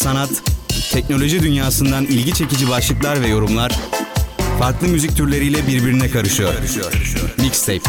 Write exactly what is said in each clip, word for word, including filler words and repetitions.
sanat, teknoloji dünyasından ilgi çekici başlıklar ve yorumlar farklı müzik türleriyle birbirine karışıyor. Mixtape.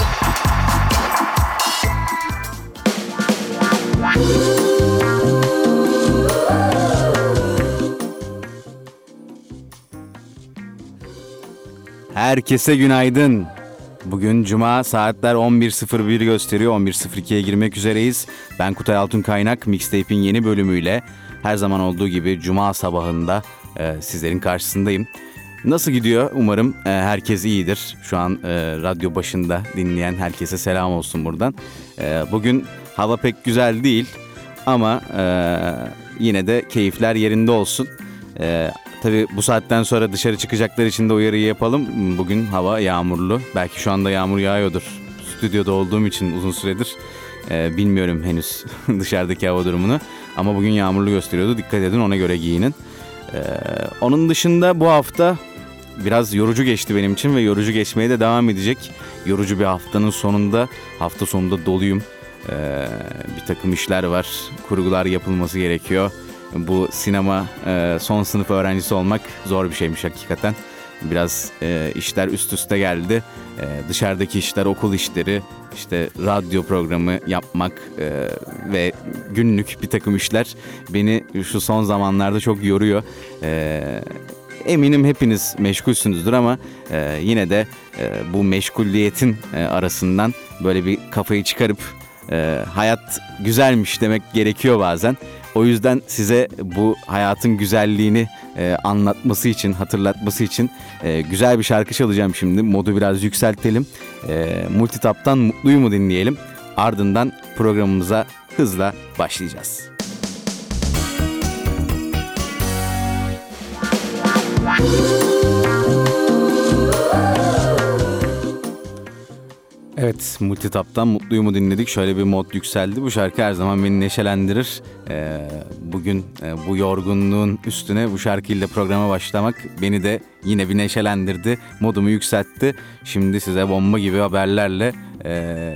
Herkese günaydın. Bugün Cuma, saatler on bir sıfır bir gösteriyor. on bir sıfır ikiye girmek üzereyiz. Ben Kutay Altunkaynak, Mixtape'in yeni bölümüyle her zaman olduğu gibi Cuma sabahında e, sizlerin karşısındayım. Nasıl gidiyor? Umarım e, herkes iyidir. Şu an e, radyo başında dinleyen herkese selam olsun buradan. E, bugün hava pek güzel değil ama e, yine de keyifler yerinde olsun. E, tabii bu saatten sonra dışarı çıkacaklar için de uyarıyı yapalım. Bugün hava yağmurlu. Belki şu anda yağmur yağıyordur. Stüdyoda olduğum için uzun süredir e, bilmiyorum henüz dışarıdaki hava durumunu. Ama bugün yağmurlu gösteriyordu. Dikkat edin, ona göre giyinin. E, onun dışında bu hafta biraz yorucu geçti benim için ve yorucu geçmeye de devam edecek. Yorucu bir haftanın sonunda, hafta sonunda doluyum. Ee, bir takım işler var, kurgular yapılması gerekiyor. Bu sinema e, son sınıf öğrencisi olmak zor bir şeymiş hakikaten. Biraz e, işler üst üste geldi. E, dışarıdaki işler, okul işleri, işte radyo programı yapmak e, ve günlük bir takım işler beni şu son zamanlarda çok yoruyor. E, Eminim hepiniz meşgulsünüzdür ama e, yine de e, bu meşgulliyetin e, arasından böyle bir kafayı çıkarıp e, hayat güzelmiş demek gerekiyor bazen. O yüzden size bu hayatın güzelliğini e, anlatması için, hatırlatması için e, güzel bir şarkı çalacağım şimdi. Modu biraz yükseltelim. E, Multitap'tan Mutluyum'u dinleyelim. Ardından programımıza hızla başlayacağız. Evet, Multitap'tan Mutluyum'u dinledik. Şöyle bir mod yükseldi. Bu şarkı her zaman beni neşelendirir. Ee, bugün e, bu yorgunluğun üstüne bu şarkıyla programa başlamak beni de yine bir neşelendirdi. Modumu yükseltti. Şimdi size bomba gibi haberlerle e,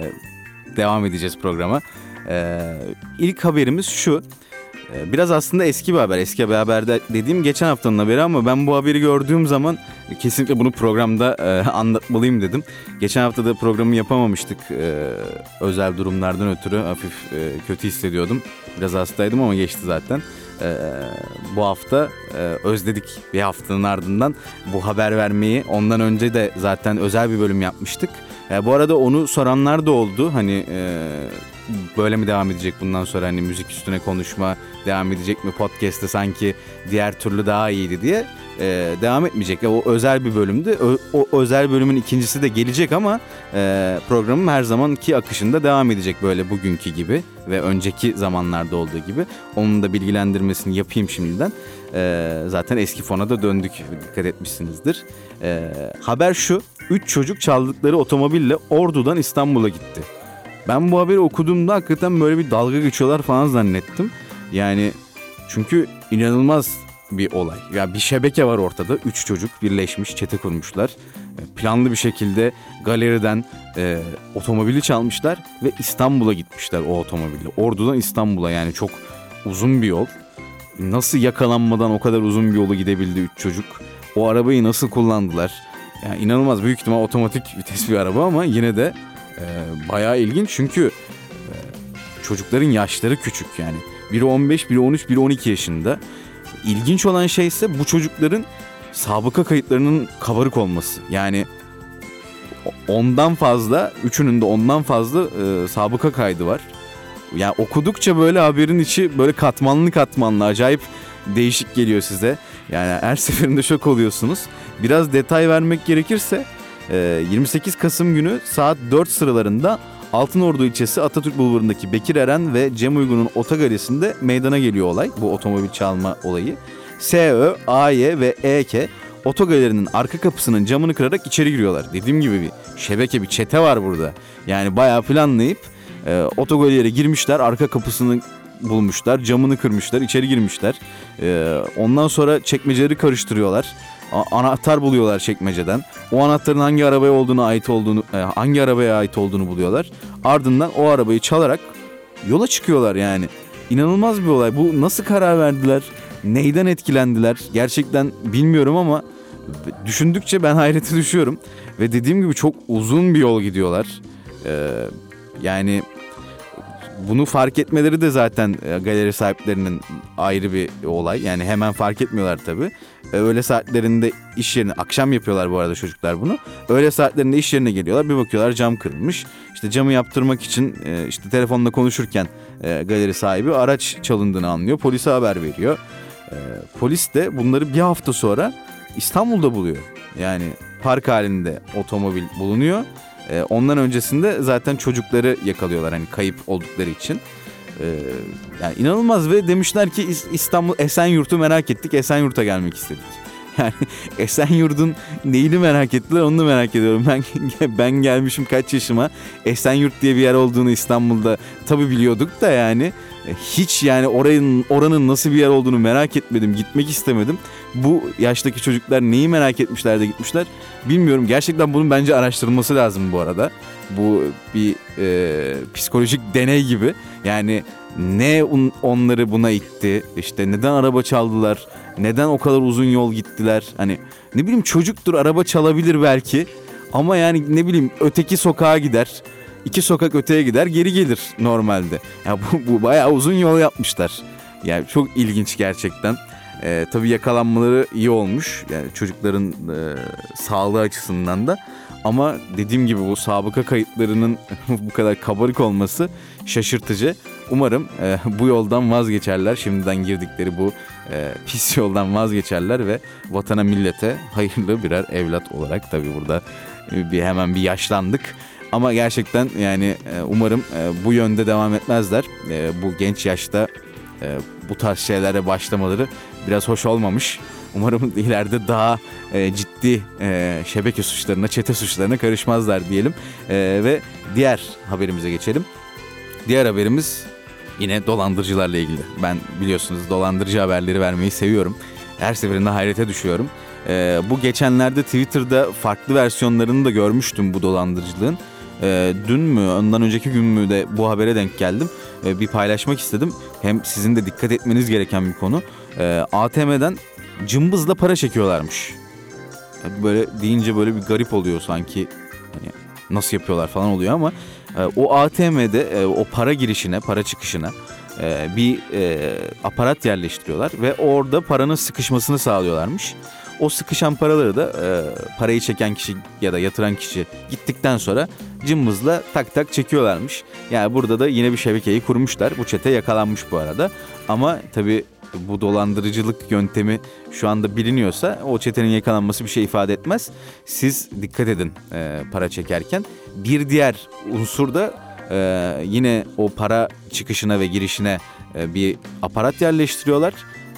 devam edeceğiz programa. E, ilk haberimiz şu. Biraz aslında eski bir haber. Eski bir haber dediğim geçen haftanın haberi ama ben bu haberi gördüğüm zaman kesinlikle bunu programda e, anlatmalıyım dedim. Geçen hafta da programı yapamamıştık. E, özel durumlardan ötürü hafif e, kötü hissediyordum. Biraz hastaydım ama geçti zaten. E, bu hafta e, özledik bir haftanın ardından bu haber vermeyi. Ondan önce de zaten özel bir bölüm yapmıştık. E, bu arada onu soranlar da oldu. Hani... E, böyle mi devam edecek bundan sonra, hani müzik üstüne konuşma devam edecek mi, podcast'te sanki diğer türlü daha iyiydi diye e, devam etmeyecek. O özel bir bölümdü. O, o özel bölümün ikincisi de gelecek ama e, programım her zamanki akışında devam edecek, böyle bugünkü gibi ve önceki zamanlarda olduğu gibi. Onun da bilgilendirmesini yapayım şimdiden. E, zaten eski fona da döndük, dikkat etmişsinizdir. E, haber şu: üç çocuk çaldıkları otomobille Ordu'dan İstanbul'a gitti. Ben bu haberi okuduğumda hakikaten böyle bir dalga geçiyorlar falan zannettim. Yani çünkü inanılmaz bir olay. Ya bir şebeke var ortada. Üç çocuk birleşmiş, çete kurmuşlar. Planlı bir şekilde galeriden e, otomobili çalmışlar ve İstanbul'a gitmişler o otomobille. Ordu'dan İstanbul'a, yani çok uzun bir yol. Nasıl yakalanmadan o kadar uzun bir yolu gidebildi üç çocuk? O arabayı nasıl kullandılar? Yani inanılmaz, büyük ihtimal otomatik vites bir araba ama yine de Ee, bayağı ilginç çünkü e, çocukların yaşları küçük yani. Biri on beş, biri on üç, biri on iki yaşında. İlginç olan şey ise bu çocukların sabıka kayıtlarının kabarık olması. Yani ondan fazla, üçünün de ondan fazla e, sabıka kaydı var. Yani okudukça böyle haberin içi böyle katmanlı katmanlı, acayip değişik geliyor size. Yani her seferinde şok oluyorsunuz. Biraz detay vermek gerekirse yirmi sekiz Kasım günü saat dört sıralarında Altınordu ilçesi Atatürk Bulvarı'ndaki Bekir Eren ve Cem Uygun'un otogarisinde meydana geliyor olay. Bu otomobil çalma olayı. S Ö, A Y ve E K otogalerinin arka kapısının camını kırarak içeri giriyorlar. Dediğim gibi bir şebeke, bir çete var burada. Yani bayağı planlayıp e, otogalere girmişler, arka kapısını bulmuşlar, camını kırmışlar, içeri girmişler. E, ondan sonra çekmeceleri karıştırıyorlar. Anahtar buluyorlar çekmeceden. O anahtarın hangi arabaya olduğunu ait olduğunu, hangi arabaya ait olduğunu buluyorlar. Ardından o arabayı çalarak yola çıkıyorlar yani. inanılmaz bir olay. Bu nasıl karar verdiler? Neyden etkilendiler? Gerçekten bilmiyorum ama düşündükçe ben hayrete düşüyorum. Ve dediğim gibi çok uzun bir yol gidiyorlar. Ee, yani bunu fark etmeleri de zaten galeri sahiplerinin ayrı bir olay. Yani hemen fark etmiyorlar tabii. Öğle saatlerinde iş yerine, akşam yapıyorlar bu arada çocuklar bunu. Öğle saatlerinde iş yerine geliyorlar, bir bakıyorlar cam kırılmış. İşte camı yaptırmak için işte telefonla konuşurken galeri sahibi araç çalındığını anlıyor. Polise haber veriyor. Polis de bunları bir hafta sonra İstanbul'da buluyor. Yani park halinde otomobil bulunuyor. Ondan öncesinde zaten çocukları yakalıyorlar hani kayıp oldukları için. Yani inanılmaz ve demişler ki İstanbul Esenyurt'u merak ettik, Esenyurt'a gelmek istedik. Yani Esenyurt'un neyini merak ettiler onu da merak ediyorum. Ben ben gelmişim kaç yaşıma, Esenyurt diye bir yer olduğunu İstanbul'da tabii biliyorduk da yani hiç yani oranın oranın nasıl bir yer olduğunu merak etmedim, gitmek istemedim. Bu yaştaki çocuklar neyi merak etmişler de gitmişler bilmiyorum. Gerçekten bunun bence araştırılması lazım bu arada. Bu bir e, psikolojik deney gibi. Yani ne on, onları buna itti? İşte neden araba çaldılar? Neden o kadar uzun yol gittiler? Hani ne bileyim çocuktur, araba çalabilir belki. Ama yani ne bileyim öteki sokağa gider. İki sokak öteye gider, geri gelir normalde. Ya bu, bu bayağı uzun yol yapmışlar. Yani çok ilginç gerçekten. Ee, tabii yakalanmaları iyi olmuş. Yani çocukların e, sağlığı açısından da. Ama dediğim gibi bu sabıka kayıtlarının bu kadar kabarık olması şaşırtıcı. Umarım e, bu yoldan vazgeçerler. Şimdiden girdikleri bu e, pis yoldan vazgeçerler ve vatana millete hayırlı birer evlat olarak tabii burada bir hemen bir yaşlandık. Ama gerçekten yani umarım bu yönde devam etmezler. Bu genç yaşta bu tarz şeylere başlamaları biraz hoş olmamış. Umarım ileride daha ciddi şebeke suçlarına, çete suçlarına karışmazlar diyelim. Ve diğer haberimize geçelim. Diğer haberimiz yine dolandırıcılarla ilgili. Ben biliyorsunuz dolandırıcı haberleri vermeyi seviyorum. Her seferinde hayrete düşüyorum. Bu geçenlerde Twitter'da farklı versiyonlarını da görmüştüm bu dolandırıcılığın. E, dün mü ondan önceki gün mü de bu habere denk geldim. E, bir paylaşmak istedim. Hem sizin de dikkat etmeniz gereken bir konu. E, A T M'den cımbızla para çekiyorlarmış. Yani böyle deyince böyle bir garip oluyor sanki. Hani nasıl yapıyorlar falan oluyor ama e, o A T M'de e, o para girişine, para çıkışına e, bir e, aparat yerleştiriyorlar ve orada paranın sıkışmasını sağlıyorlarmış. O sıkışan paraları da e, parayı çeken kişi ya da yatıran kişi gittikten sonra cımbızla tak tak çekiyorlarmış. Yani burada da yine bir şebekeyi kurmuşlar. Bu çete yakalanmış bu arada. Ama tabii bu dolandırıcılık yöntemi şu anda biliniyorsa o çetenin yakalanması bir şey ifade etmez. Siz dikkat edin e, para çekerken. Bir diğer unsur da e, yine o para çıkışına ve girişine e, bir aparat yerleştiriyorlar.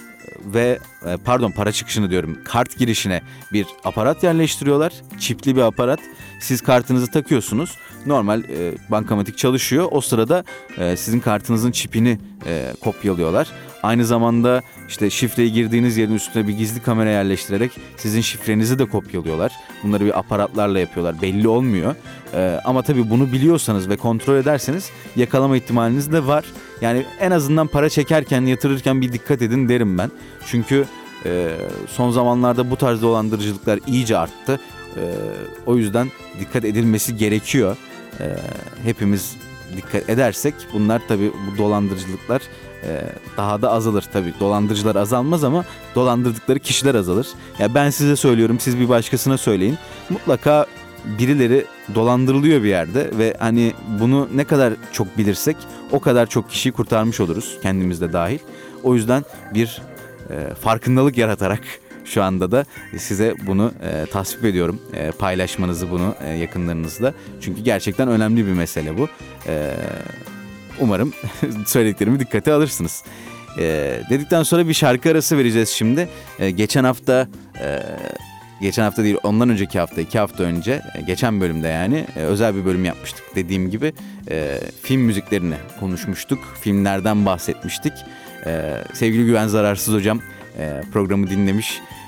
Ve pardon para çıkışını diyorum kart girişine bir aparat yerleştiriyorlar. Çipli bir aparat. Siz kartınızı takıyorsunuz. Normal e, bankamatik çalışıyor. O sırada e, sizin kartınızın çipini e, kopyalıyorlar. Aynı zamanda işte şifreyi girdiğiniz yerin üstüne bir gizli kamera yerleştirerek sizin şifrenizi de kopyalıyorlar. Bunları bir aparatlarla yapıyorlar. Belli olmuyor. E, ama tabii bunu biliyorsanız ve kontrol ederseniz yakalama ihtimaliniz de var. Yani en azından para çekerken, yatırırken bir dikkat edin derim ben. Çünkü e, son zamanlarda bu tarz dolandırıcılıklar iyice arttı. E, o yüzden dikkat edilmesi gerekiyor. E, hepimiz dikkat edersek bunlar tabii bu dolandırıcılıklar e, daha da azalır. Tabii dolandırıcılar azalmaz ama dolandırdıkları kişiler azalır. Ya ben size söylüyorum, siz bir başkasına söyleyin. Mutlaka birileri dolandırılıyor bir yerde ve hani bunu ne kadar çok bilirsek o kadar çok kişiyi kurtarmış oluruz, kendimiz de dahil. O yüzden bir e, farkındalık yaratarak şu anda da size bunu e, tasvip ediyorum. E, paylaşmanızı bunu e, yakınlarınızla. Çünkü gerçekten önemli bir mesele bu. E, umarım söylediklerimi dikkate alırsınız. E, dedikten sonra bir şarkı arası vereceğiz şimdi. E, geçen hafta... E, Geçen hafta değil, ondan önceki hafta, iki hafta önce, geçen bölümde yani özel bir bölüm yapmıştık. Dediğim gibi e, film müziklerini konuşmuştuk, filmlerden bahsetmiştik. E, sevgili Güven Zararsız hocam e, programı dinlemiş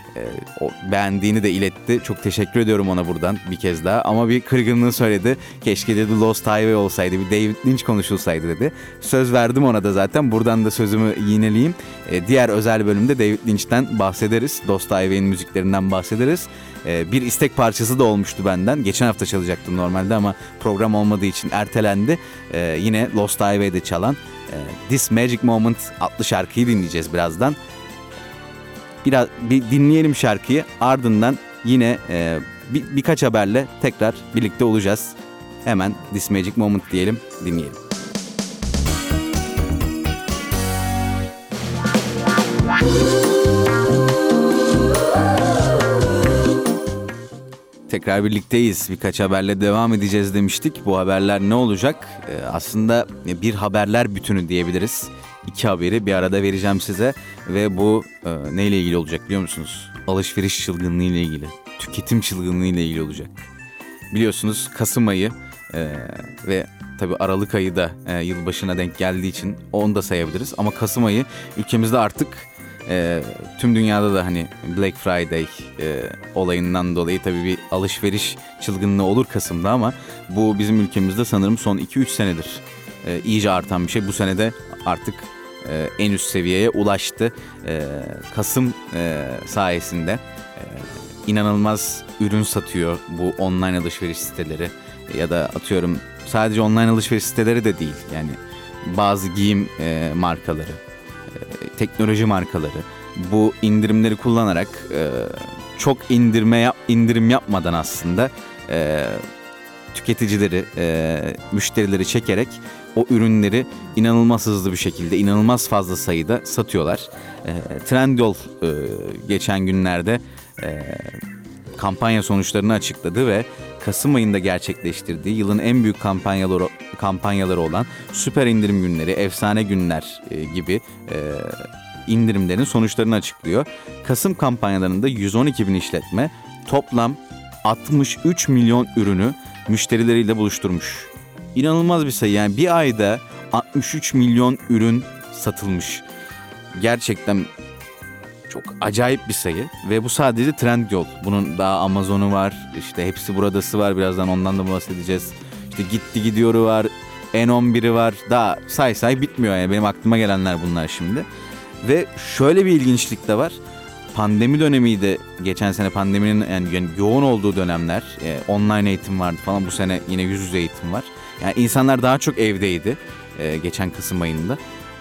e, o beğendiğini de iletti. Çok teşekkür ediyorum ona buradan bir kez daha. Ama bir kırgınlığı söyledi. Keşke dedi Lost Highway olsaydı, bir David Lynch konuşulsaydı dedi. Söz verdim ona da zaten. Buradan da sözümü yineleyeyim. E, diğer özel bölümde David Lynch'ten bahsederiz. Lost Highway'in müziklerinden bahsederiz. E, bir istek parçası da olmuştu benden. Geçen hafta çalacaktım normalde ama program olmadığı için ertelendi. E, yine Lost Highway'de çalan e, This Magic Moment adlı şarkıyı dinleyeceğiz birazdan. Biraz bir dinleyelim şarkıyı, ardından yine e, bir, birkaç haberle tekrar birlikte olacağız. Hemen This Magic Moment diyelim, dinleyelim. Tekrar birlikteyiz. Birkaç haberle devam edeceğiz demiştik. Bu haberler ne olacak? Ee, aslında bir haberler bütünü diyebiliriz. İki haberi bir arada vereceğim size. Ve bu e, neyle ilgili olacak biliyor musunuz? Alışveriş çılgınlığı ile ilgili. Tüketim çılgınlığı ile ilgili olacak. Biliyorsunuz Kasım ayı e, ve tabii Aralık ayı da e, yılbaşına denk geldiği için onu da sayabiliriz. Ama Kasım ayı ülkemizde artık e, tüm dünyada da hani Black Friday e, olayından dolayı tabii bir alışveriş çılgınlığı olur Kasım'da, ama bu bizim ülkemizde sanırım son iki üç senedir e, iyice artan bir şey. Bu sene de artık e, en üst seviyeye ulaştı. E, Kasım e, sayesinde e, inanılmaz ürün satıyor bu online alışveriş siteleri, ya da atıyorum sadece online alışveriş siteleri de değil, yani bazı giyim e, markaları, e, teknoloji markaları bu indirimleri kullanarak e, çok indirme yap, indirim yapmadan aslında e, tüketicileri, e, müşterileri çekerek o ürünleri inanılmaz hızlı bir şekilde, inanılmaz fazla sayıda satıyorlar. E, Trendyol e, geçen günlerde e, kampanya sonuçlarını açıkladı ve Kasım ayında gerçekleştirdiği yılın en büyük kampanyaları kampanyaları olan süper indirim günleri, efsane günler e, gibi e, indirimlerin sonuçlarını açıklıyor. Kasım kampanyalarında yüz on iki bin işletme toplam altmış üç milyon ürünü müşterileriyle buluşturmuş. İnanılmaz bir sayı, yani bir ayda altmış üç milyon ürün satılmış. Gerçekten çok acayip bir sayı ve bu sadece Trendyol. Bunun daha Amazon'u var, işte Hepsi Burada'sı var, birazdan ondan da bahsedeceğiz. İşte Gitti Gidiyor'u var, N on bir'i var, daha say say bitmiyor, yani benim aklıma gelenler bunlar şimdi. Ve şöyle bir ilginçlik de var. Pandemi dönemiydi geçen sene, pandeminin yani, yani yoğun olduğu dönemler, e, online eğitim vardı falan, bu sene yine yüz yüze eğitim var. Yani insanlar daha çok evdeydi e, geçen Kasım ayında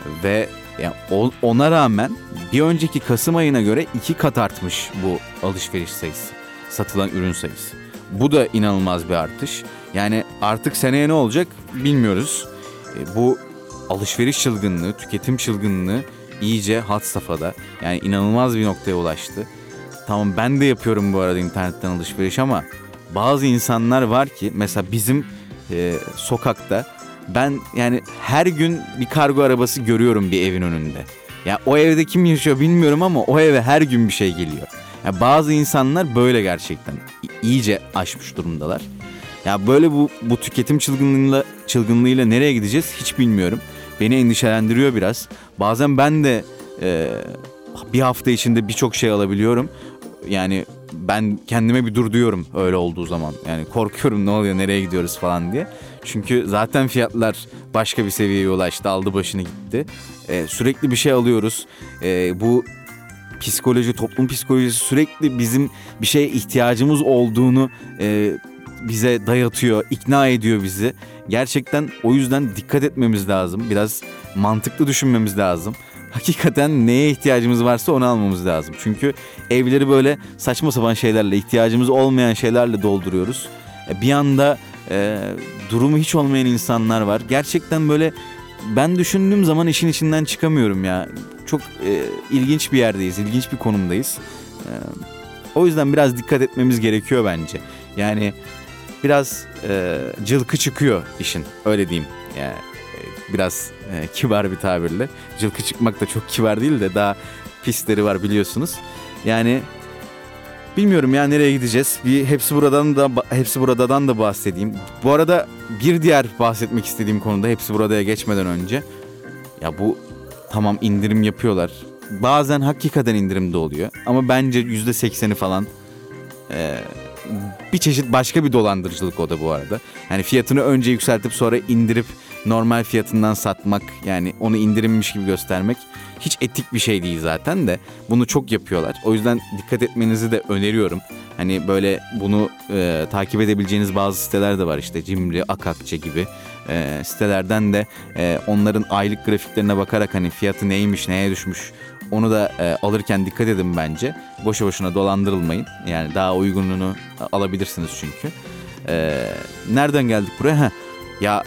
ve yani ona rağmen bir önceki Kasım ayına göre iki kat artmış bu alışveriş sayısı, satılan ürün sayısı. Bu da inanılmaz bir artış. Yani artık seneye ne olacak bilmiyoruz. E, bu alışveriş çılgınlığı, tüketim çılgınlığı iyice had safhada. Yani inanılmaz bir noktaya ulaştı. Tamam, ben de yapıyorum bu arada internetten alışveriş, ama bazı insanlar var ki mesela bizim e, sokakta ben yani her gün bir kargo arabası görüyorum bir evin önünde. Ya yani o evde kim yaşıyor bilmiyorum ama o eve her gün bir şey geliyor. Yani bazı insanlar böyle gerçekten iyice aşmış durumdalar. Ya yani böyle bu bu tüketim çılgınlığıyla çılgınlığıyla nereye gideceğiz hiç bilmiyorum. Beni endişelendiriyor biraz. Bazen ben de e, bir hafta içinde birçok şey alabiliyorum. Yani ben kendime bir dur diyorum öyle olduğu zaman. Yani korkuyorum, ne oluyor, nereye gidiyoruz falan diye. Çünkü zaten fiyatlar başka bir seviyeye ulaştı, aldı başını gitti. Ee, sürekli bir şey alıyoruz. Ee, bu psikoloji, toplum psikolojisi sürekli bizim bir şeye ihtiyacımız olduğunu e, bize dayatıyor, ikna ediyor bizi. Gerçekten o yüzden dikkat etmemiz lazım. Biraz mantıklı düşünmemiz lazım. Hakikaten neye ihtiyacımız varsa onu almamız lazım. Çünkü evleri böyle saçma sapan şeylerle, ihtiyacımız olmayan şeylerle dolduruyoruz. Bir anda e, durumu hiç olmayan insanlar var. Gerçekten böyle ben düşündüğüm zaman işin içinden çıkamıyorum ya. Çok e, ilginç bir yerdeyiz, ilginç bir konumdayız. E, o yüzden biraz dikkat etmemiz gerekiyor bence. Yani biraz e, cılkı çıkıyor işin, öyle diyeyim. Yani biraz e, kibar bir tabirle. Cılkı çıkmak da çok kibar değil de daha pisleri var biliyorsunuz. Yani bilmiyorum ya nereye gideceğiz. Bir hepsi buradan da hepsi buradan da bahsedeyim. Bu arada bir diğer bahsetmek istediğim konuda hepsi buradaya geçmeden önce, ya bu tamam indirim yapıyorlar. bazen hakikaten indirimde oluyor. Ama bence yüzde sekseni falan e, bir çeşit başka bir dolandırıcılık o da bu arada. Yani fiyatını önce yükseltip sonra indirip normal fiyatından satmak, yani onu indirimmiş gibi göstermek hiç etik bir şey değil zaten de. Bunu çok yapıyorlar. O yüzden dikkat etmenizi de öneriyorum. Hani böyle bunu e, takip edebileceğiniz bazı siteler de var, işte Cimri, Akakçe gibi e, sitelerden de e, onların aylık grafiklerine bakarak hani fiyatı neymiş, neye düşmüş onu da e, alırken dikkat edin bence. Boşu boşuna dolandırılmayın. Yani daha uygununu alabilirsiniz çünkü. E, nereden geldik buraya? Heh. Ya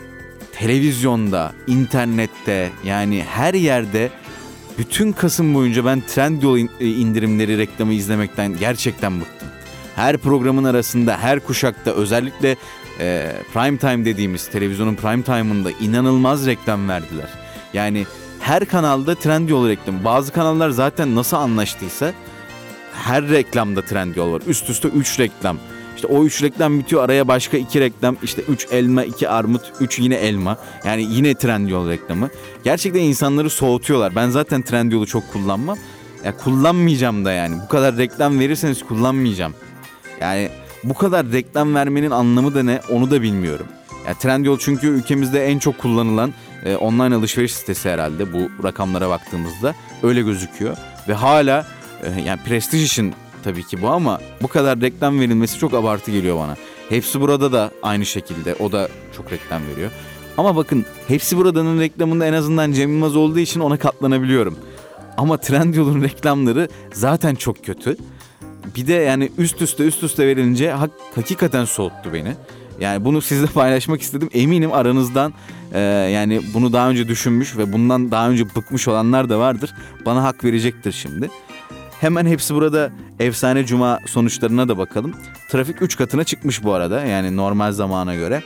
televizyonda, internette, yani her yerde bütün Kasım boyunca ben Trendyol indirimleri reklamı izlemekten gerçekten bıktım. Her programın arasında, her kuşakta, özellikle e, prime time dediğimiz televizyonun prime time'ında inanılmaz reklam verdiler. Yani her kanalda Trendyol reklamı. Bazı kanallar zaten nasıl anlaştıysa her reklamda Trendyol var. Üst üste üç reklam. İşte o üç reklam bitiyor, araya başka iki reklam, işte üç elma, iki armut, üç yine elma. Yani yine Trendyol reklamı. Gerçekten insanları soğutuyorlar. Ben zaten Trendyol'u çok kullanmam. Ya kullanmayacağım da yani. Bu kadar reklam verirseniz kullanmayacağım. Yani bu kadar reklam vermenin anlamı da ne, onu da bilmiyorum. Ya Trendyol çünkü ülkemizde en çok kullanılan e, online alışveriş sitesi herhalde bu rakamlara baktığımızda. Öyle gözüküyor. Ve hala e, yani prestij için tabii ki bu, ama bu kadar reklam verilmesi çok abartı geliyor bana. Hepsi Burada da aynı şekilde, o da çok reklam veriyor. Ama bakın, Hepsi Burada'nın reklamında en azından Cem Yılmaz olduğu için ona katlanabiliyorum. Ama Trendyol'un reklamları zaten çok kötü. Bir de yani üst üste üst üste verilince hak, hakikaten soğuttu beni. Yani bunu sizle paylaşmak istedim. Eminim aranızdan e, yani bunu daha önce düşünmüş ve bundan daha önce bıkmış olanlar da vardır. Bana hak verecektir şimdi. Hemen Hepsi Burada efsane cuma sonuçlarına da bakalım. Trafik üç katına çıkmış bu arada. Yani normal zamana göre.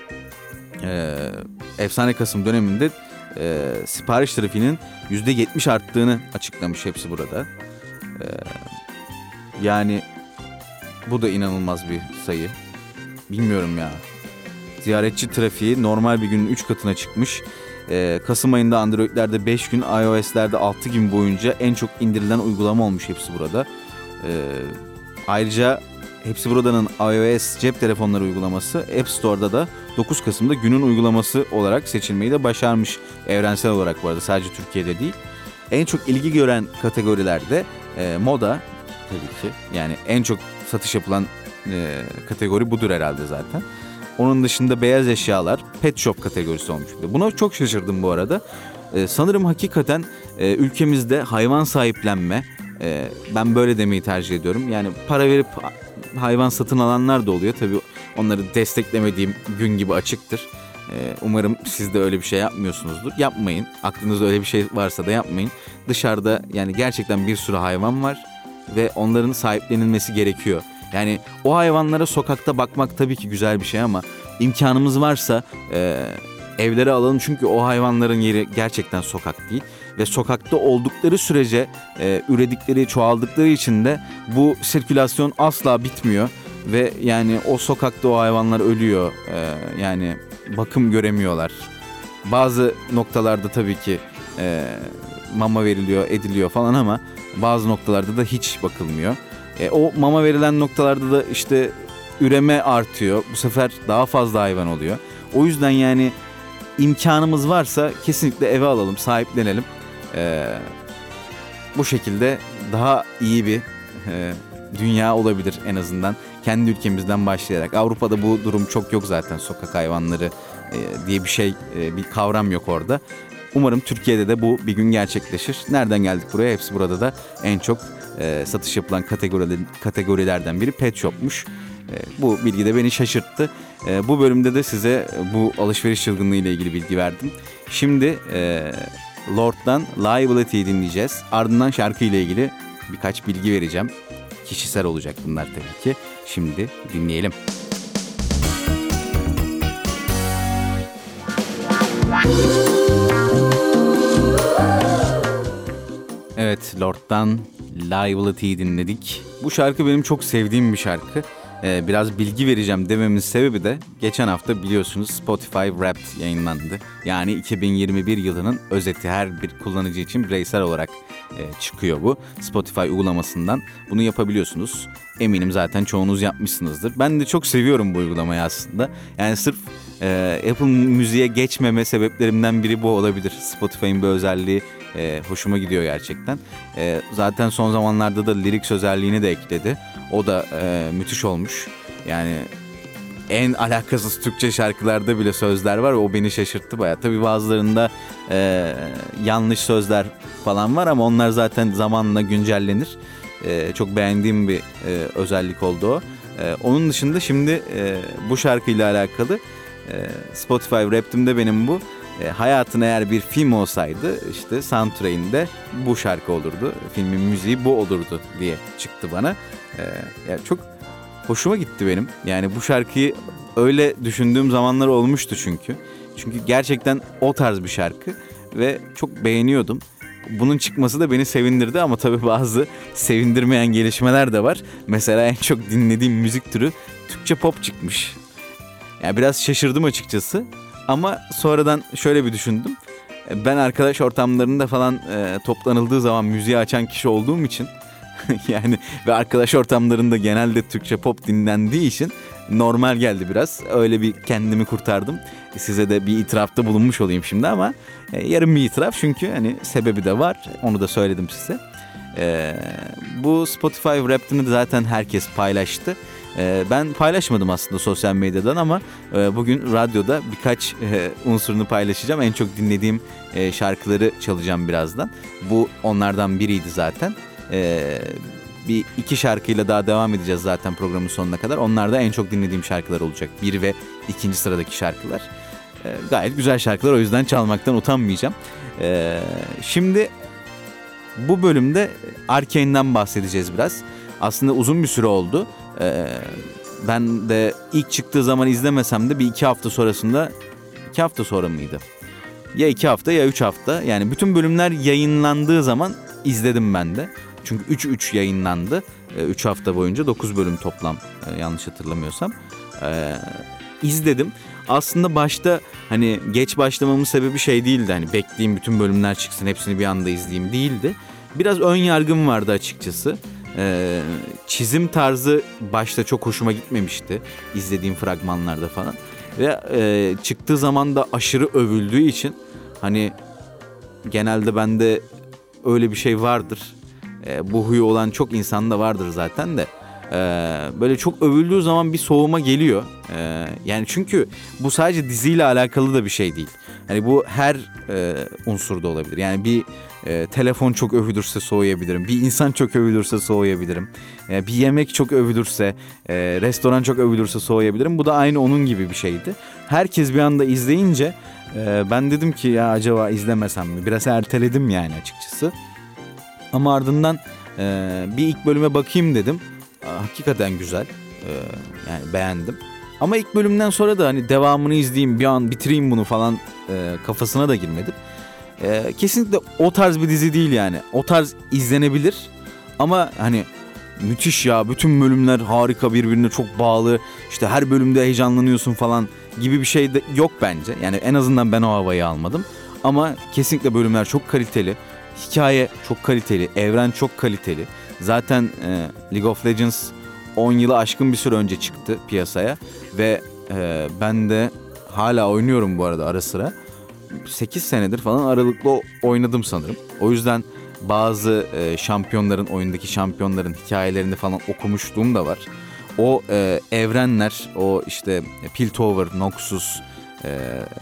Ee, efsane Kasım döneminde e, sipariş trafiğinin yüzde yetmiş arttığını açıklamış Hepsi Burada. Ee, yani bu da inanılmaz bir sayı. Bilmiyorum ya. Ziyaretçi trafiği normal bir günün üç katına çıkmış. Ee, Kasım ayında Android'lerde beş gün, iOS'lerde altı gün boyunca en çok indirilen uygulama olmuş Hepsi Burada. Ee, ayrıca Hepsi Burada'nın iOS cep telefonları uygulaması App Store'da da dokuz Kasım'da günün uygulaması olarak seçilmeyi de başarmış. Evrensel olarak bu arada, sadece Türkiye'de değil. En çok ilgi gören kategorilerde e, moda tabii ki. Yani en çok satış yapılan e, kategori budur herhalde zaten. Onun dışında beyaz eşyalar, pet shop kategorisi olmuş. Buna çok şaşırdım bu arada. Ee, sanırım hakikaten e, ülkemizde hayvan sahiplenme, e, ben böyle demeyi tercih ediyorum. Yani para verip hayvan satın alanlar da oluyor. Tabii onları desteklemediğim gün gibi açıktır. E, umarım siz de öyle bir şey yapmıyorsunuzdur. Yapmayın. Aklınızda öyle bir şey varsa da yapmayın. Dışarıda yani gerçekten bir sürü hayvan var ve onların sahiplenilmesi gerekiyor. Yani o hayvanlara sokakta bakmak tabii ki güzel bir şey, ama imkanımız varsa e, evlere alalım. Çünkü o hayvanların yeri gerçekten sokak değil. Ve sokakta oldukları sürece e, üredikleri, çoğaldıkları için de bu sirkülasyon asla bitmiyor. Ve yani o sokakta o hayvanlar ölüyor. E, yani bakım göremiyorlar. Bazı noktalarda tabii ki e, mama veriliyor, ediliyor falan, ama bazı noktalarda da hiç bakılmıyor. E, o mama verilen noktalarda da işte üreme artıyor. Bu sefer daha fazla hayvan oluyor. O yüzden yani imkanımız varsa kesinlikle eve alalım, sahiplenelim. E, bu şekilde daha iyi bir e, dünya olabilir en azından. Kendi ülkemizden başlayarak. Avrupa'da bu durum çok yok zaten. Sokak hayvanları e, diye bir şey, e, bir kavram yok orada. Umarım Türkiye'de de bu bir gün gerçekleşir. Nereden geldik buraya? Hepsi Burada da en çok e, satış yapılan kategoriler, kategorilerden biri pet shop'muş. E, bu bilgi de beni şaşırttı. E, bu bölümde de size bu alışveriş çılgınlığı ile ilgili bilgi verdim. Şimdi e, Lord'dan Liability'yi dinleyeceğiz. Ardından şarkı ile ilgili birkaç bilgi vereceğim. Kişisel olacak bunlar tabii ki. Şimdi dinleyelim. Evet, Lord'dan Liability'yi dinledik. Bu şarkı benim çok sevdiğim bir şarkı. e, biraz bilgi vereceğim dememin sebebi de geçen hafta biliyorsunuz Spotify Wrapped yayınlandı. Yani iki bin yirmi bir yılının özeti, her bir kullanıcı için bireysel olarak e, çıkıyor bu. Spotify uygulamasından bunu yapabiliyorsunuz. Eminim zaten çoğunuz yapmışsınızdır. Ben de çok seviyorum bu uygulamayı aslında. Yani sırf e, Apple Müziğe geçmeme sebeplerimden biri bu olabilir. Spotify'ın bu özelliği e, hoşuma gidiyor gerçekten. E, zaten son zamanlarda da lyrics özelliğini de ekledi. O da e, müthiş olmuş. Yani en alakasız Türkçe şarkılarda bile sözler var ve o beni şaşırttı bayağı. Tabii bazılarında e, yanlış sözler falan var ama onlar zaten zamanla güncellenir. E, çok beğendiğim bir e, özellik oldu o. E, onun dışında şimdi e, bu şarkıyla alakalı e, Spotify Wrapped'imde benim bu. E, hayatın eğer bir film olsaydı işte soundtrack'inde bu şarkı olurdu. Filmin müziği bu olurdu diye çıktı bana. E, yani çok hoşuma gitti benim. Yani bu şarkıyı öyle düşündüğüm zamanlar olmuştu çünkü. Çünkü gerçekten o tarz bir şarkı ve çok beğeniyordum. Bunun çıkması da beni sevindirdi ama tabii bazı sevindirmeyen gelişmeler de var. Mesela en çok dinlediğim müzik türü Türkçe pop çıkmış. Yani biraz şaşırdım açıkçası. Ama sonradan şöyle bir düşündüm. Ben arkadaş ortamlarında falan e, toplanıldığı zaman müziği açan kişi olduğum için yani ve arkadaş ortamlarında genelde Türkçe pop dinlendiği için normal geldi biraz. Öyle bir kendimi kurtardım. Size de bir itirafta bulunmuş olayım şimdi ama e, yarım bir itiraf çünkü hani sebebi de var. Onu da söyledim size. E, bu Spotify Wrapped'ını da zaten herkes paylaştı. E, ben paylaşmadım aslında sosyal medyadan ama e, bugün radyoda birkaç e, unsurunu paylaşacağım. En çok dinlediğim e, şarkıları çalacağım birazdan. Bu onlardan biriydi zaten. Ee, bir iki şarkıyla daha devam edeceğiz zaten programın sonuna kadar. Onlar da en çok dinlediğim şarkılar olacak. Bir ve ikinci sıradaki şarkılar. Ee, gayet güzel şarkılar, o yüzden çalmaktan utanmayacağım. Ee, şimdi bu bölümde Arcane'den bahsedeceğiz biraz. Aslında uzun bir süre oldu. Ee, ben de ilk çıktığı zaman izlemesem de bir iki hafta sonrasında, iki hafta sonra mıydı? Ya iki hafta ya üç hafta. Yani bütün bölümler yayınlandığı zaman izledim ben de. Çünkü üç üç yayınlandı. üç hafta boyunca dokuz bölüm toplam, yanlış hatırlamıyorsam. Ee, izledim. Aslında başta hani geç başlamamın sebebi şey değildi. Hani bekleyeyim bütün bölümler çıksın hepsini bir anda izleyeyim değildi. Biraz ön yargım vardı açıkçası. Ee, çizim tarzı başta çok hoşuma gitmemişti. İzlediğim fragmanlarda falan. Ve e, çıktığı zaman da aşırı övüldüğü için hani genelde bende öyle bir şey vardır. E, bu huyu olan çok insan da vardır zaten de. E, böyle çok övüldüğü zaman bir soğuma geliyor. E, yani çünkü bu sadece diziyle alakalı da bir şey değil. Hani bu her e, unsurda olabilir. Yani bir e, telefon çok övülürse soğuyabilirim. Bir insan çok övülürse soğuyabilirim. E, bir yemek çok övülürse, e, restoran çok övülürse soğuyabilirim. Bu da aynı onun gibi bir şeydi. Herkes bir anda izleyince e, ben dedim ki ya acaba izlemesem mi? Biraz erteledim yani açıkçası. Ama ardından e, bir ilk bölüme bakayım dedim. Hakikaten güzel. E, yani beğendim. Ama ilk bölümden sonra da hani devamını izleyeyim, bir an bitireyim bunu falan e, kafasına da girmedim. E, kesinlikle o tarz bir dizi değil yani. O tarz izlenebilir ama hani müthiş ya, bütün bölümler harika, birbirine çok bağlı. İşte her bölümde heyecanlanıyorsun falan gibi bir şey de yok bence. Yani en azından ben o havayı almadım. Ama kesinlikle bölümler çok kaliteli. Hikaye çok kaliteli, evren çok kaliteli. Zaten e, League of Legends on yılı aşkın bir süre önce çıktı piyasaya ve e, ben de hala oynuyorum bu arada ara sıra. sekiz senedir falan aralıklı oynadım sanırım. O yüzden bazı e, şampiyonların, oyundaki şampiyonların hikayelerini falan okumuşluğum da var. O e, evrenler, o işte Piltover, Noxus e,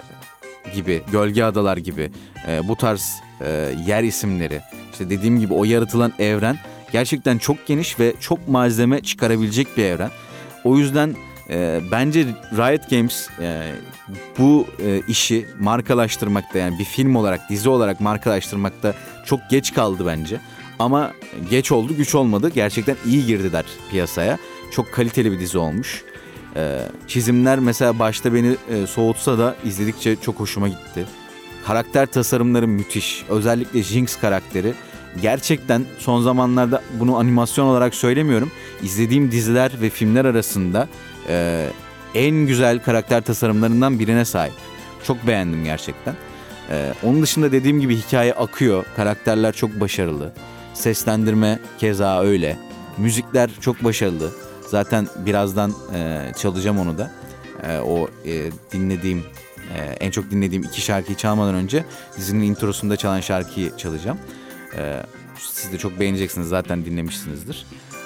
gibi, Gölge Adalar gibi e, bu tarz e, yer isimleri, işte dediğim gibi o yaratılan evren gerçekten çok geniş ve çok malzeme çıkarabilecek bir evren. O yüzden e, bence Riot Games e, bu e, işi markalaştırmakta, yani bir film olarak, dizi olarak markalaştırmakta çok geç kaldı bence. Ama geç oldu, güç olmadı. Gerçekten iyi girdiler piyasaya. Çok kaliteli bir dizi olmuş. E, çizimler mesela başta beni e, soğutsa da izledikçe çok hoşuma gitti. Karakter tasarımları müthiş. Özellikle Jinx karakteri gerçekten son zamanlarda bunu animasyon olarak söylemiyorum. İzlediğim diziler ve filmler arasında e, en güzel karakter tasarımlarından birine sahip. Çok beğendim gerçekten. E, onun dışında dediğim gibi hikaye akıyor. Karakterler çok başarılı. Seslendirme keza öyle. Müzikler çok başarılı. Zaten birazdan e, çalacağım onu da. E, o e, dinlediğim, e, en çok dinlediğim iki şarkıyı çalmadan önce dizinin introsunda çalan şarkıyı çalacağım. E, siz de çok beğeneceksiniz, zaten dinlemişsinizdir.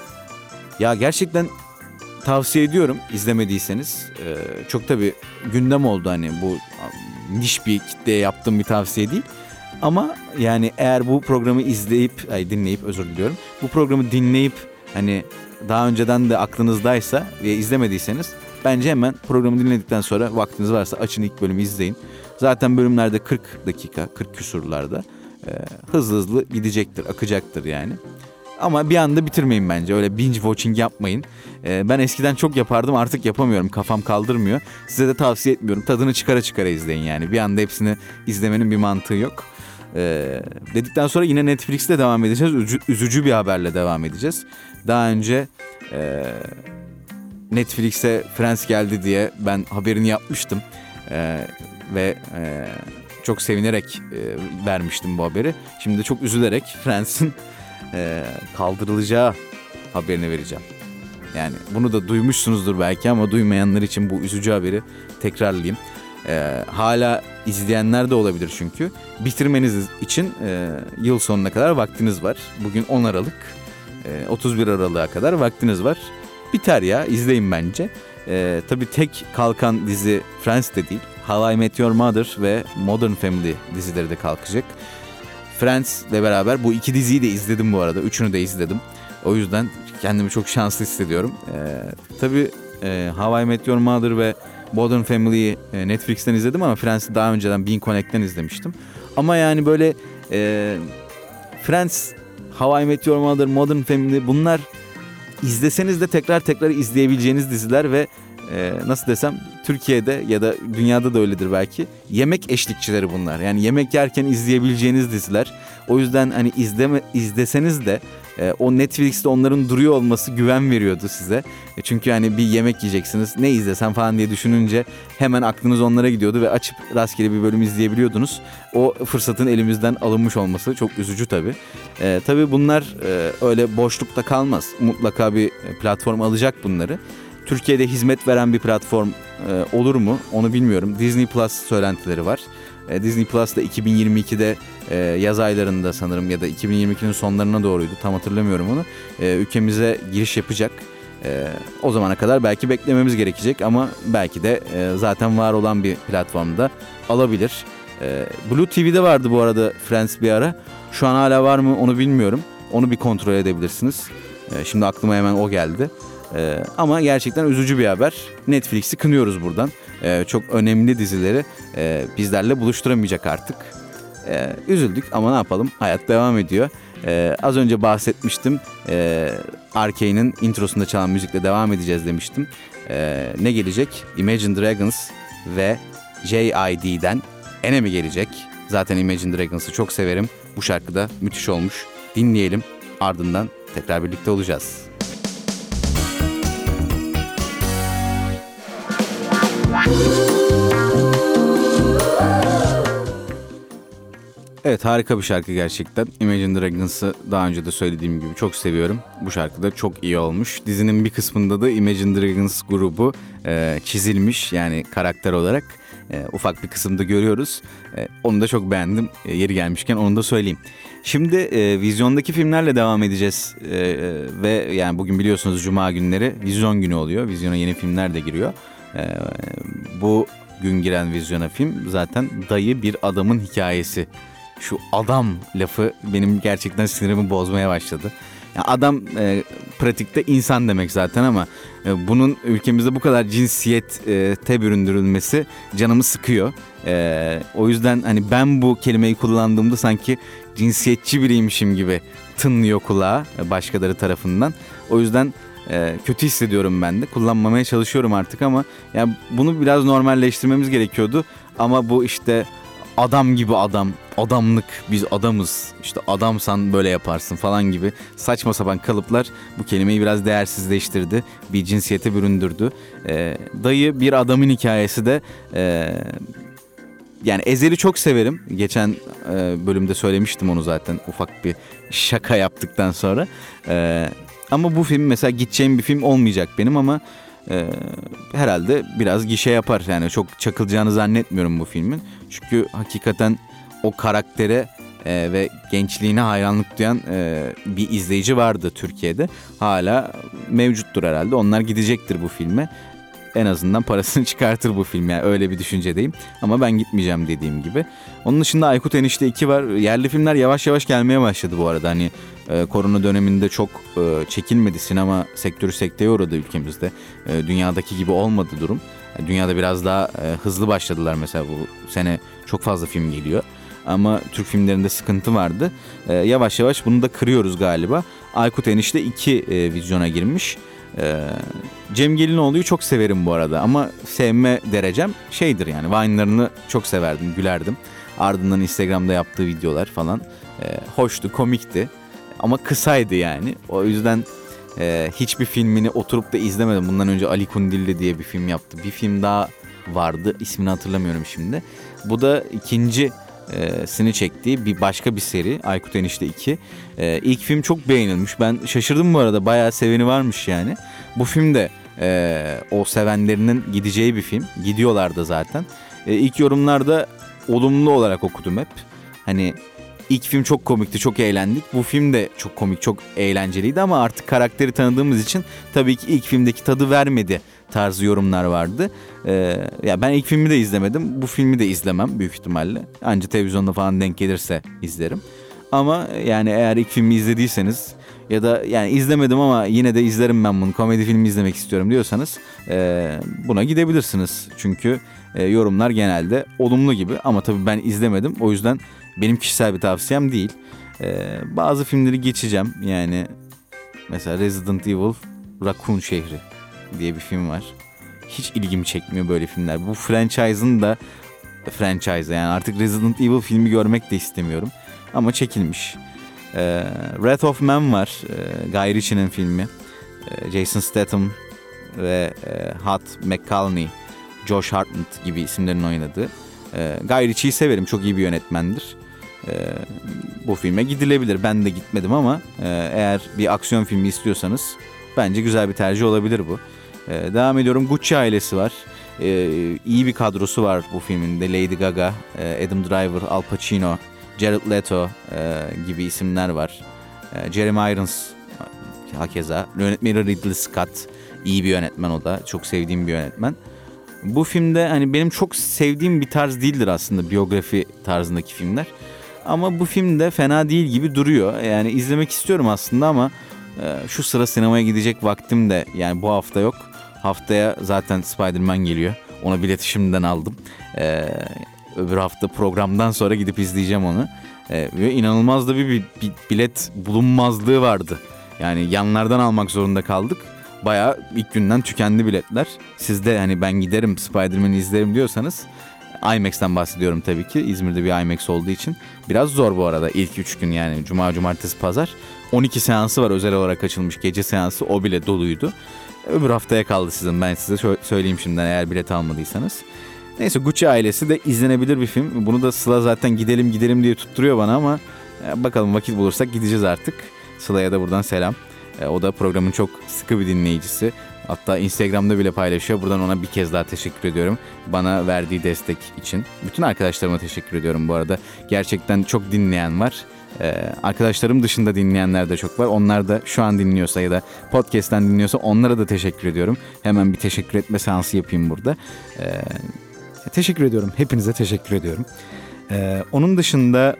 Ya gerçekten tavsiye ediyorum izlemediyseniz. E, çok tabii gündem oldu, hani bu niş bir kitleye yaptığım bir tavsiye değil. Ama yani eğer bu programı izleyip, ay dinleyip özür diliyorum. Bu programı dinleyip hani daha önceden de aklınızdaysa ve izlemediyseniz bence hemen programı dinledikten sonra vaktiniz varsa açın ilk bölümü izleyin. Zaten bölümlerde kırk dakika, kırk küsurlarda e, hızlı hızlı gidecektir, akacaktır yani. Ama bir anda bitirmeyin bence. Öyle binge watching yapmayın. E, ben eskiden çok yapardım, artık yapamıyorum. Kafam kaldırmıyor. Size de tavsiye etmiyorum. Tadını çıkara çıkara izleyin yani. Bir anda hepsini izlemenin bir mantığı yok. Ee, dedikten sonra yine Netflix'te devam edeceğiz. Üzü, üzücü bir haberle devam edeceğiz. Daha önce e, Netflix'e Friends geldi diye ben haberini yapmıştım. E, ve e, çok sevinerek e, vermiştim bu haberi. Şimdi de çok üzülerek Friends'in e, kaldırılacağı haberini vereceğim. Yani bunu da duymuşsunuzdur belki ama duymayanlar için bu üzücü haberi tekrarlayayım. Ee, hala izleyenler de olabilir çünkü. Bitirmeniz için e, yıl sonuna kadar vaktiniz var. Bugün on Aralık, e, otuz bir Aralık'a kadar vaktiniz var. Biter ya, izleyin bence. E, tabii tek kalkan dizi Friends de değil. How I Met Your Mother ve Modern Family dizileri de kalkacak. Friends'le beraber bu iki diziyi de izledim bu arada. Üçünü de izledim. O yüzden kendimi çok şanslı hissediyorum. E, tabii e, How I Met Your Mother ve Modern Family'yi Netflix'ten izledim ama Friends'i daha önceden Bean Connect'ten izlemiştim. Ama yani böyle e, Friends, How I Met Your Mother, Modern Family, bunlar izleseniz de tekrar tekrar izleyebileceğiniz diziler ve e, nasıl desem Türkiye'de ya da dünyada da öyledir belki. Yemek eşlikçileri bunlar. Yani yemek yerken izleyebileceğiniz diziler. O yüzden hani izleme izleseniz de e, o Netflix'te onların duruyor olması güven veriyordu size. E, çünkü hani bir yemek yiyeceksiniz, ne izlesem falan diye düşününce hemen aklınız onlara gidiyordu ve açıp rastgele bir bölüm izleyebiliyordunuz. O fırsatın elimizden alınmış olması çok üzücü tabii. E, tabii bunlar e, öyle boşlukta kalmaz. Mutlaka bir platform alacak bunları. Türkiye'de hizmet veren bir platform e, olur mu onu bilmiyorum. Disney Plus söylentileri var. E, Disney Plus da iki bin yirmi ikide e, yaz aylarında sanırım ya da iki bin yirmi ikinin sonlarına doğruydu. Tam hatırlamıyorum onu. E, ülkemize giriş yapacak. E, o zamana kadar belki beklememiz gerekecek ama belki de e, zaten var olan bir platformda alabilir. E, Blue T V'de vardı bu arada Friends bir ara. Şu an hala var mı onu bilmiyorum. Onu bir kontrol edebilirsiniz. E, şimdi aklıma hemen o geldi. Ee, ama gerçekten üzücü bir haber. Netflix'i kınıyoruz buradan. Ee, çok önemli dizileri e, bizlerle buluşturamayacak artık. Ee, üzüldük ama ne yapalım? Hayat devam ediyor. Ee, az önce bahsetmiştim. Ee, Arcane'in introsunda çalan müzikle devam edeceğiz demiştim. Ee, ne gelecek? Imagine Dragons ve J I D'den Enemy gelecek. Zaten Imagine Dragons'ı çok severim. Bu şarkı da müthiş olmuş. Dinleyelim. Ardından tekrar birlikte olacağız. Evet, harika bir şarkı gerçekten. Imagine Dragons'ı daha önce de söylediğim gibi çok seviyorum. Bu şarkı da çok iyi olmuş. Dizinin bir kısmında da Imagine Dragons grubu e, çizilmiş yani karakter olarak. E, ufak bir kısımda görüyoruz. E, onu da çok beğendim. E, yeri gelmişken onu da söyleyeyim. Şimdi e, vizyondaki filmlerle devam edeceğiz. E, e, ve yani bugün biliyorsunuz Cuma günleri vizyon günü oluyor. Vizyona yeni filmler de giriyor. E, bu gün giren vizyona film zaten Dayı Bir Adamın Hikayesi. Şu adam lafı benim gerçekten sinirimi bozmaya başladı. Yani adam e, pratikte insan demek zaten ama e, bunun ülkemizde bu kadar cinsiyete büründürülmesi canımı sıkıyor. E, o yüzden hani ben bu kelimeyi kullandığımda sanki cinsiyetçi biriymişim gibi tınlıyor kulağa başkaları tarafından. O yüzden e, kötü hissediyorum ben de. Kullanmamaya çalışıyorum artık ama yani bunu biraz normalleştirmemiz gerekiyordu. Ama bu işte adam gibi adam, adamlık, biz adamız, işte adamsan böyle yaparsın falan gibi saçma sapan kalıplar bu kelimeyi biraz değersizleştirdi. Bir cinsiyete büründürdü. Ee, dayı bir adamın hikayesi de e, yani Ezel'i çok severim. Geçen e, bölümde söylemiştim onu zaten, ufak bir şaka yaptıktan sonra. E, ama bu film mesela gideceğim bir film olmayacak benim ama e, herhalde biraz gişe yapar. Yani çok çakılacağını zannetmiyorum bu filmin. Çünkü hakikaten o karaktere e, ve gençliğine hayranlık duyan e, bir izleyici vardı Türkiye'de. Hala mevcuttur herhalde. Onlar gidecektir bu filme. En azından parasını çıkartır bu film, yani öyle bir düşüncedeyim. Ama ben gitmeyeceğim dediğim gibi. Onun dışında Aykut Enişte iki var. Yerli filmler yavaş yavaş gelmeye başladı bu arada. Hani e, korona döneminde çok e, çekilmedi. Sinema sektörü sekteye uğradı ülkemizde. E, dünyadaki gibi olmadı durum. E, dünyada biraz daha e, hızlı başladılar mesela, bu sene çok fazla film geliyor. Ama Türk filmlerinde sıkıntı vardı. E, yavaş yavaş bunu da kırıyoruz galiba. Aykut Enişte iki e, vizyona girmiş. Ee, Cem Gelinoğlu'yu çok severim bu arada ama sevme derecem şeydir yani, Vine'larını çok severdim, gülerdim. Ardından Instagram'da yaptığı videolar falan e, hoştu, komikti ama kısaydı yani. O yüzden e, hiçbir filmini oturup da izlemedim. Bundan önce Ali Kundilli diye bir film yaptı. Bir film daha vardı, ismini hatırlamıyorum şimdi. Bu da ikinci E, sini çektiği bir başka bir seri, Aykut Enişte iki. E, ilk film çok beğenilmiş. Ben şaşırdım bu arada, bayağı seveni varmış yani. Bu film de e, o sevenlerinin gideceği bir film. Gidiyorlar da zaten. E, ilk yorumlarda olumlu olarak okudum hep. Hani ilk film çok komikti, çok eğlendik. Bu film de çok komik, çok eğlenceliydi ama artık karakteri tanıdığımız için tabii ki ilk filmdeki tadı vermedi tarzı yorumlar vardı. Ee, ya ben ilk filmi de izlemedim. Bu filmi de izlemem büyük ihtimalle. Anca televizyonda falan denk gelirse izlerim. Ama yani eğer ilk filmi izlediyseniz ya da yani izlemedim ama yine de izlerim ben bunu, komedi filmi izlemek istiyorum diyorsanız e, buna gidebilirsiniz. Çünkü e, yorumlar genelde olumlu gibi ama tabii ben izlemedim. O yüzden benim kişisel bir tavsiyem değil. E, bazı filmleri geçeceğim. Yani mesela Resident Evil Raccoon Şehri diye bir film var. Hiç ilgimi çekmiyor böyle filmler. Bu franchise'ın da franchise yani artık Resident Evil filmi görmek de istemiyorum. Ama çekilmiş. Ee, Wrath of Man var. Ee, Guy Ritchie'nin filmi. Ee, Jason Statham ve e, Hot McCallany, Josh Hartnett gibi isimlerin oynadığı. Ee, Guy Ritchie'yi severim. Çok iyi bir yönetmendir. Ee, bu filme gidilebilir. Ben de gitmedim ama e, eğer bir aksiyon filmi istiyorsanız bence güzel bir tercih olabilir bu. Ee, devam ediyorum. Gucci ailesi var. Ee, iyi bir kadrosu var bu filminde. Lady Gaga, e, Adam Driver, Al Pacino, Jared Leto e, gibi isimler var. E, Jeremy Irons hakeza. Yönetmeni Ridley Scott. İyi bir yönetmen o da. Çok sevdiğim bir yönetmen. Bu filmde hani benim çok sevdiğim bir tarz değildir aslında biyografi tarzındaki filmler. Ama bu film de fena değil gibi duruyor. Yani izlemek istiyorum aslında ama e, şu sıra sinemaya gidecek vaktim de yani bu hafta yok. Haftaya zaten Spider-Man geliyor. Ona bileti şimdiden aldım. Ee, öbür hafta programdan sonra gidip izleyeceğim onu. Ee, ve inanılmaz da bir, bir, bir bilet bulunmazlığı vardı. Yani yanlardan almak zorunda kaldık. Bayağı ilk günden tükendi biletler. Siz de hani ben giderim Spider-Man'i izlerim diyorsanız, IMAX'ten bahsediyorum tabii ki. İzmir'de bir IMAX olduğu için. Biraz zor bu arada ilk üç gün yani cuma, cumartesi, pazar. on iki seansı var özel olarak açılmış, gece seansı, o bile doluydu. Öbür haftaya kaldı sizin, ben size söyleyeyim şimdiden eğer bilet almadıysanız. Neyse, Gucci ailesi de izlenebilir bir film. Bunu da Sıla zaten gidelim gidelim diye tutturuyor bana ama bakalım vakit bulursak gideceğiz artık. Sıla'ya da buradan selam. O da programın çok sıkı bir dinleyicisi. Hatta Instagram'da bile paylaşıyor. Buradan ona bir kez daha teşekkür ediyorum. Bana verdiği destek için. Bütün arkadaşlarıma teşekkür ediyorum bu arada. Gerçekten çok dinleyen var. Ee, arkadaşlarım dışında dinleyenler de çok var. Onlar da şu an dinliyorsa ya da podcast'ten dinliyorsa onlara da teşekkür ediyorum. Hemen bir teşekkür etme seansı yapayım burada. Ee, teşekkür ediyorum. Hepinize teşekkür ediyorum. Ee, onun dışında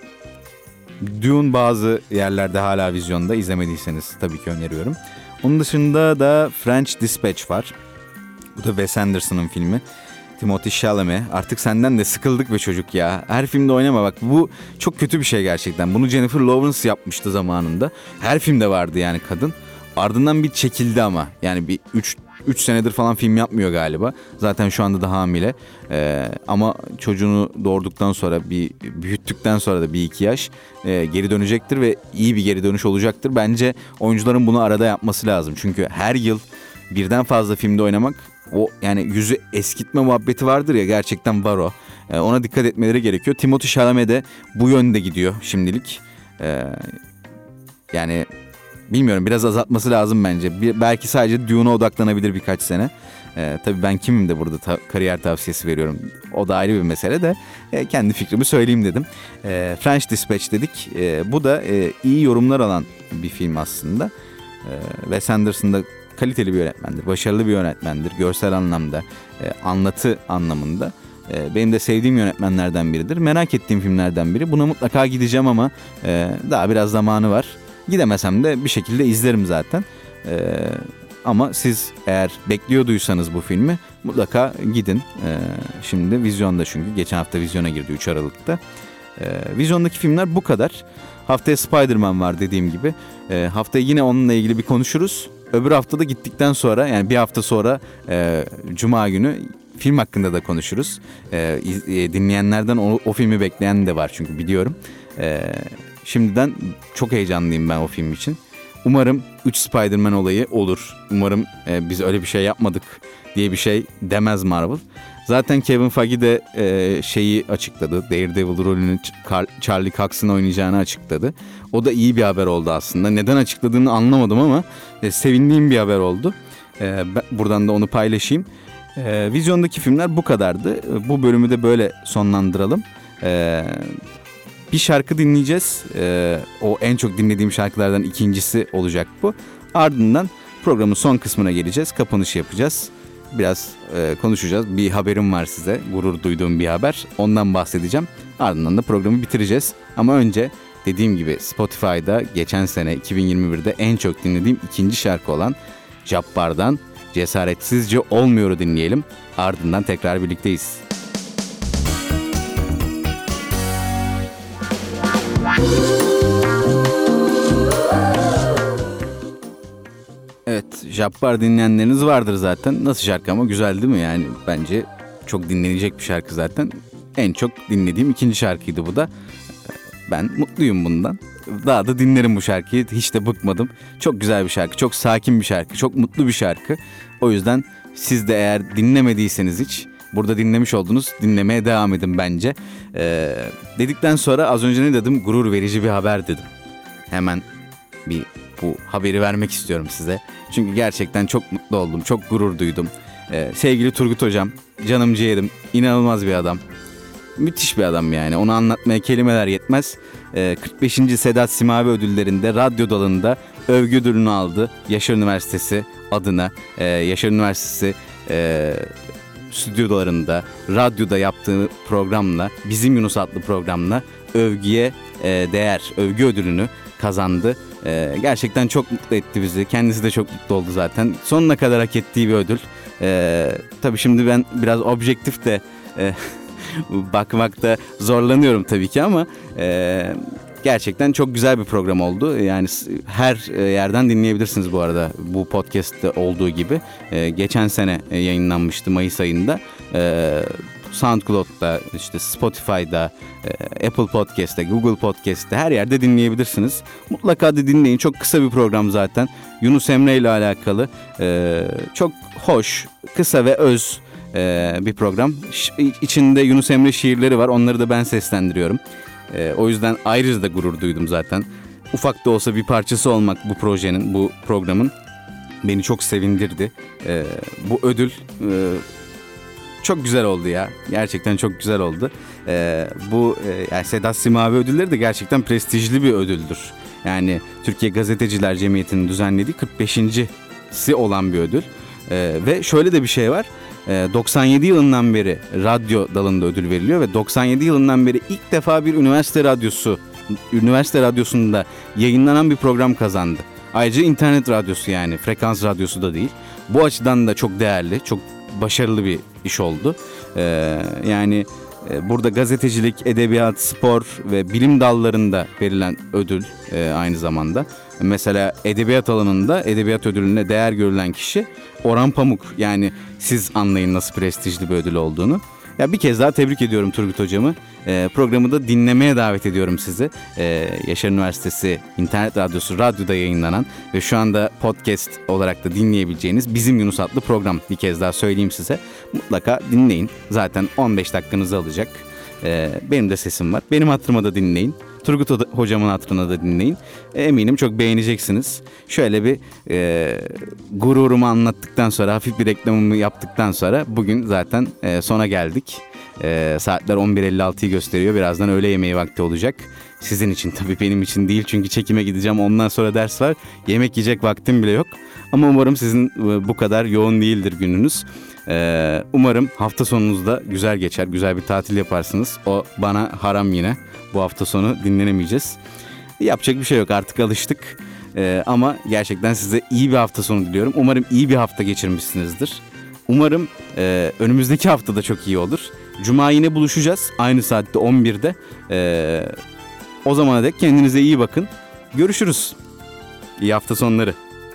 Dune bazı yerlerde hala vizyonda. İzlemediyseniz tabii ki öneriyorum. Onun dışında da French Dispatch var. Bu da Wes Anderson'ın filmi. Timothée Chalamet. Artık senden de sıkıldık be çocuk ya. Her filmde oynama bak. Bu çok kötü bir şey gerçekten. Bunu Jennifer Lawrence yapmıştı zamanında. Her filmde vardı yani kadın. Ardından bir çekildi ama. Yani bir üç üç senedir falan film yapmıyor galiba. Zaten şu anda da hamile. Ee, ama çocuğunu doğurduktan sonra, bir büyüttükten sonra da bir iki yaş e, geri dönecektir ve iyi bir geri dönüş olacaktır. Bence oyuncuların bunu arada yapması lazım. Çünkü her yıl birden fazla filmde oynamak, o yani yüzü eskitme muhabbeti vardır ya, gerçekten var o. Ee, ona dikkat etmeleri gerekiyor. Timothée Chalamet de bu yönde gidiyor şimdilik. Ee, yani bilmiyorum, biraz azaltması lazım bence. Bir, belki sadece Dune'a odaklanabilir birkaç sene. Ee, tabii ben kimim de burada ta- kariyer tavsiyesi veriyorum. O da ayrı bir mesele de e, kendi fikrimi söyleyeyim dedim. E, French Dispatch dedik. E, bu da e, iyi yorumlar alan bir film aslında. E, Wes Anderson da kaliteli bir yönetmendir, başarılı bir yönetmendir. Görsel anlamda, e, anlatı anlamında. E, benim de sevdiğim yönetmenlerden biridir. Merak ettiğim filmlerden biri. Buna mutlaka gideceğim ama e, daha biraz zamanı var. Gidemesem de bir şekilde izlerim zaten. E, ama siz eğer bekliyorduysanız bu filmi mutlaka gidin. E, şimdi vizyonda, çünkü geçen hafta vizyona girdi üç Aralık'ta. E, vizyondaki filmler bu kadar. Haftaya Spider-Man var dediğim gibi. E, haftaya yine onunla ilgili bir konuşuruz. Öbür haftada gittikten sonra, yani bir hafta sonra e, Cuma günü film hakkında da konuşuruz. E, e, dinleyenlerden o, o filmi bekleyen de var çünkü biliyorum. E, şimdiden çok heyecanlıyım ben o film için. Umarım üç Spider-Man olayı olur. Umarım e, biz öyle bir şey yapmadık diye bir şey demez Marvel. Zaten Kevin Feige de e, şeyi açıkladı. Daredevil rolünü Charlie Cox'ın oynayacağını açıkladı. O da iyi bir haber oldu aslında. Neden açıkladığını anlamadım ama e, sevindiğim bir haber oldu. E, ben, buradan da onu paylaşayım. E, vizyondaki filmler bu kadardı. E, bu bölümü de böyle sonlandıralım. E, bir şarkı dinleyeceğiz. E, o en çok dinlediğim şarkılardan ikincisi olacak bu. Ardından programın son kısmına geleceğiz. Kapanışı yapacağız. Biraz e, konuşacağız. Bir haberim var size. Gurur duyduğum bir haber. Ondan bahsedeceğim. Ardından da programı bitireceğiz. Ama önce dediğim gibi Spotify'da geçen sene iki bin yirmi birde en çok dinlediğim ikinci şarkı olan Jabbar'dan Cesaretsizce Olmuyor'u dinleyelim. Ardından tekrar birlikteyiz. Evet, Jabbar dinleyenleriniz vardır zaten. Nasıl şarkı ama, güzel değil mi? Yani bence çok dinlenecek bir şarkı zaten. En çok dinlediğim ikinci şarkıydı bu da. Ben mutluyum bundan. Daha da dinlerim bu şarkıyı. Hiç de bıkmadım. Çok güzel bir şarkı, çok sakin bir şarkı, çok mutlu bir şarkı. O yüzden siz de eğer dinlemediyseniz hiç, burada dinlemiş oldunuz, dinlemeye devam edin bence. Ee, dedikten sonra az önce ne dedim? Gurur verici bir haber dedim. Hemen bir bu haberi vermek istiyorum size. Çünkü gerçekten çok mutlu oldum, çok gurur duydum. Ee, sevgili Turgut Hocam, canım ciğerim, inanılmaz bir adam. Müthiş bir adam yani. Onu anlatmaya kelimeler yetmez. Ee, kırk beşinci Sedat Simavi ödüllerinde radyo dalında övgü ödülünü aldı. Yaşar Üniversitesi adına. Ee, Yaşar Üniversitesi e, stüdyolarında, radyoda yaptığı programla, Bizim Yunus adlı programla övgüye e, değer, övgü ödülünü kazandı. Ee, gerçekten çok mutlu etti bizi. Kendisi de çok mutlu oldu zaten. Sonuna kadar hak ettiği bir ödül. Ee, tabii şimdi ben biraz objektif de e, bakmakta zorlanıyorum tabii ki ama e, gerçekten çok güzel bir program oldu. Yani her yerden dinleyebilirsiniz bu arada, bu podcast'te olduğu gibi. E, geçen sene yayınlanmıştı Mayıs ayında. E, SoundCloud'da, işte Spotify'da, Apple Podcast'te, Google Podcast'te, her yerde dinleyebilirsiniz. Mutlaka da dinleyin. Çok kısa bir program zaten. Yunus Emre ile alakalı çok hoş, kısa ve öz bir program. İçinde Yunus Emre şiirleri var. Onları da ben seslendiriyorum. O yüzden ayrıca da gurur duydum zaten. Ufak da olsa bir parçası olmak bu projenin, bu programın beni çok sevindirdi. Bu ödül çok güzel oldu ya. Gerçekten çok güzel oldu. Ee, bu e, yani Sedat Simavi ödülleri de gerçekten prestijli bir ödüldür. Yani Türkiye Gazeteciler Cemiyeti'nin düzenlediği kırk beşincisi olan bir ödül. Ee, ve şöyle de bir şey var. Ee, doksan yedi yılından beri radyo dalında ödül veriliyor ve doksan yedi yılından beri ilk defa bir üniversite radyosu, üniversite radyosunda yayınlanan bir program kazandı. Ayrıca internet radyosu, yani frekans radyosu da değil. Bu açıdan da çok değerli, çok başarılı bir iş oldu. Ee, yani e, burada gazetecilik, edebiyat, spor ve bilim dallarında verilen ödül e, aynı zamanda. Mesela edebiyat alanında edebiyat ödülüne değer görülen kişi Orhan Pamuk. Yani siz anlayın nasıl prestijli bir ödül olduğunu. Ya bir kez daha tebrik ediyorum Turgut hocamı. Ee, programı da dinlemeye davet ediyorum sizi. Ee, Yaşar Üniversitesi İnternet Radyosu radyoda yayınlanan ve şu anda podcast olarak da dinleyebileceğiniz Bizim Yunus adlı program. Bir kez daha söyleyeyim size. Mutlaka dinleyin. Zaten on beş dakikanızı alacak. Ee, benim de sesim var. Benim hatırıma da dinleyin. Turgut hocamın hatırına da dinleyin. Eminim çok beğeneceksiniz. Şöyle bir e, gururumu anlattıktan sonra, hafif bir reklamımı yaptıktan sonra bugün zaten e, sona geldik. E, saatler on bir elli altıyı gösteriyor. Birazdan öğle yemeği vakti olacak. Sizin için tabii, benim için değil. Çünkü çekime gideceğim. Ondan sonra ders var. Yemek yiyecek vaktim bile yok. Ama umarım sizin bu kadar yoğun değildir gününüz. Ee, umarım hafta sonunuzda güzel geçer. Güzel bir tatil yaparsınız. O bana haram yine. Bu hafta sonu dinlenemeyeceğiz. Yapacak bir şey yok, artık alıştık. Ee, ama gerçekten size iyi bir hafta sonu diliyorum. Umarım iyi bir hafta geçirmişsinizdir. Umarım e, önümüzdeki hafta da çok iyi olur. Cuma yine buluşacağız. Aynı saatte on birde. Ee, o zamana dek kendinize iyi bakın. Görüşürüz. İyi hafta sonları.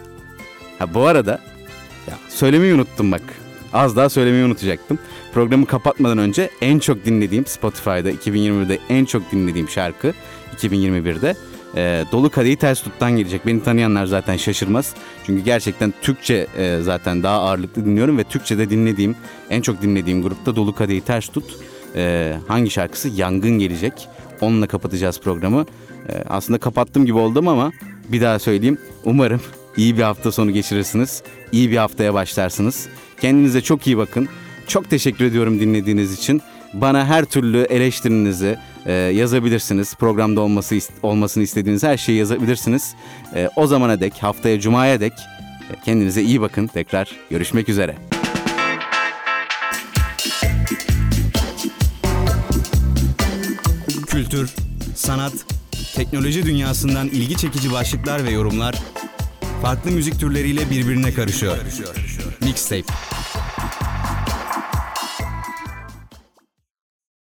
Ha bu arada ya, söylemeyi unuttum bak. Az daha söylemeyi unutacaktım. Programı kapatmadan önce en çok dinlediğim Spotify'da iki bin yirmi birde en çok dinlediğim şarkı iki bin yirmi birde e, Dolu Kadehi Ters Tut'tan gelecek. Beni tanıyanlar zaten şaşırmaz. Çünkü gerçekten Türkçe e, zaten daha ağırlıklı dinliyorum ve Türkçe'de dinlediğim, en çok dinlediğim grupta Dolu Kadehi Ters Tut. E, hangi şarkısı? Yangın gelecek. Onunla kapatacağız programı. E, aslında kapattım gibi oldum ama bir daha söyleyeyim. Umarım iyi bir hafta sonu geçirirsiniz. İyi bir haftaya başlarsınız. Kendinize çok iyi bakın. Çok teşekkür ediyorum dinlediğiniz için. Bana her türlü eleştirinizi e, yazabilirsiniz. Programda olması olmasını istediğiniz her şeyi yazabilirsiniz. E, o zamana dek, haftaya Cuma'ya dek e, kendinize iyi bakın. Tekrar görüşmek üzere. Kültür, sanat, teknoloji dünyasından ilgi çekici başlıklar ve yorumlar farklı müzik türleriyle birbirine karışıyor. Mixtape.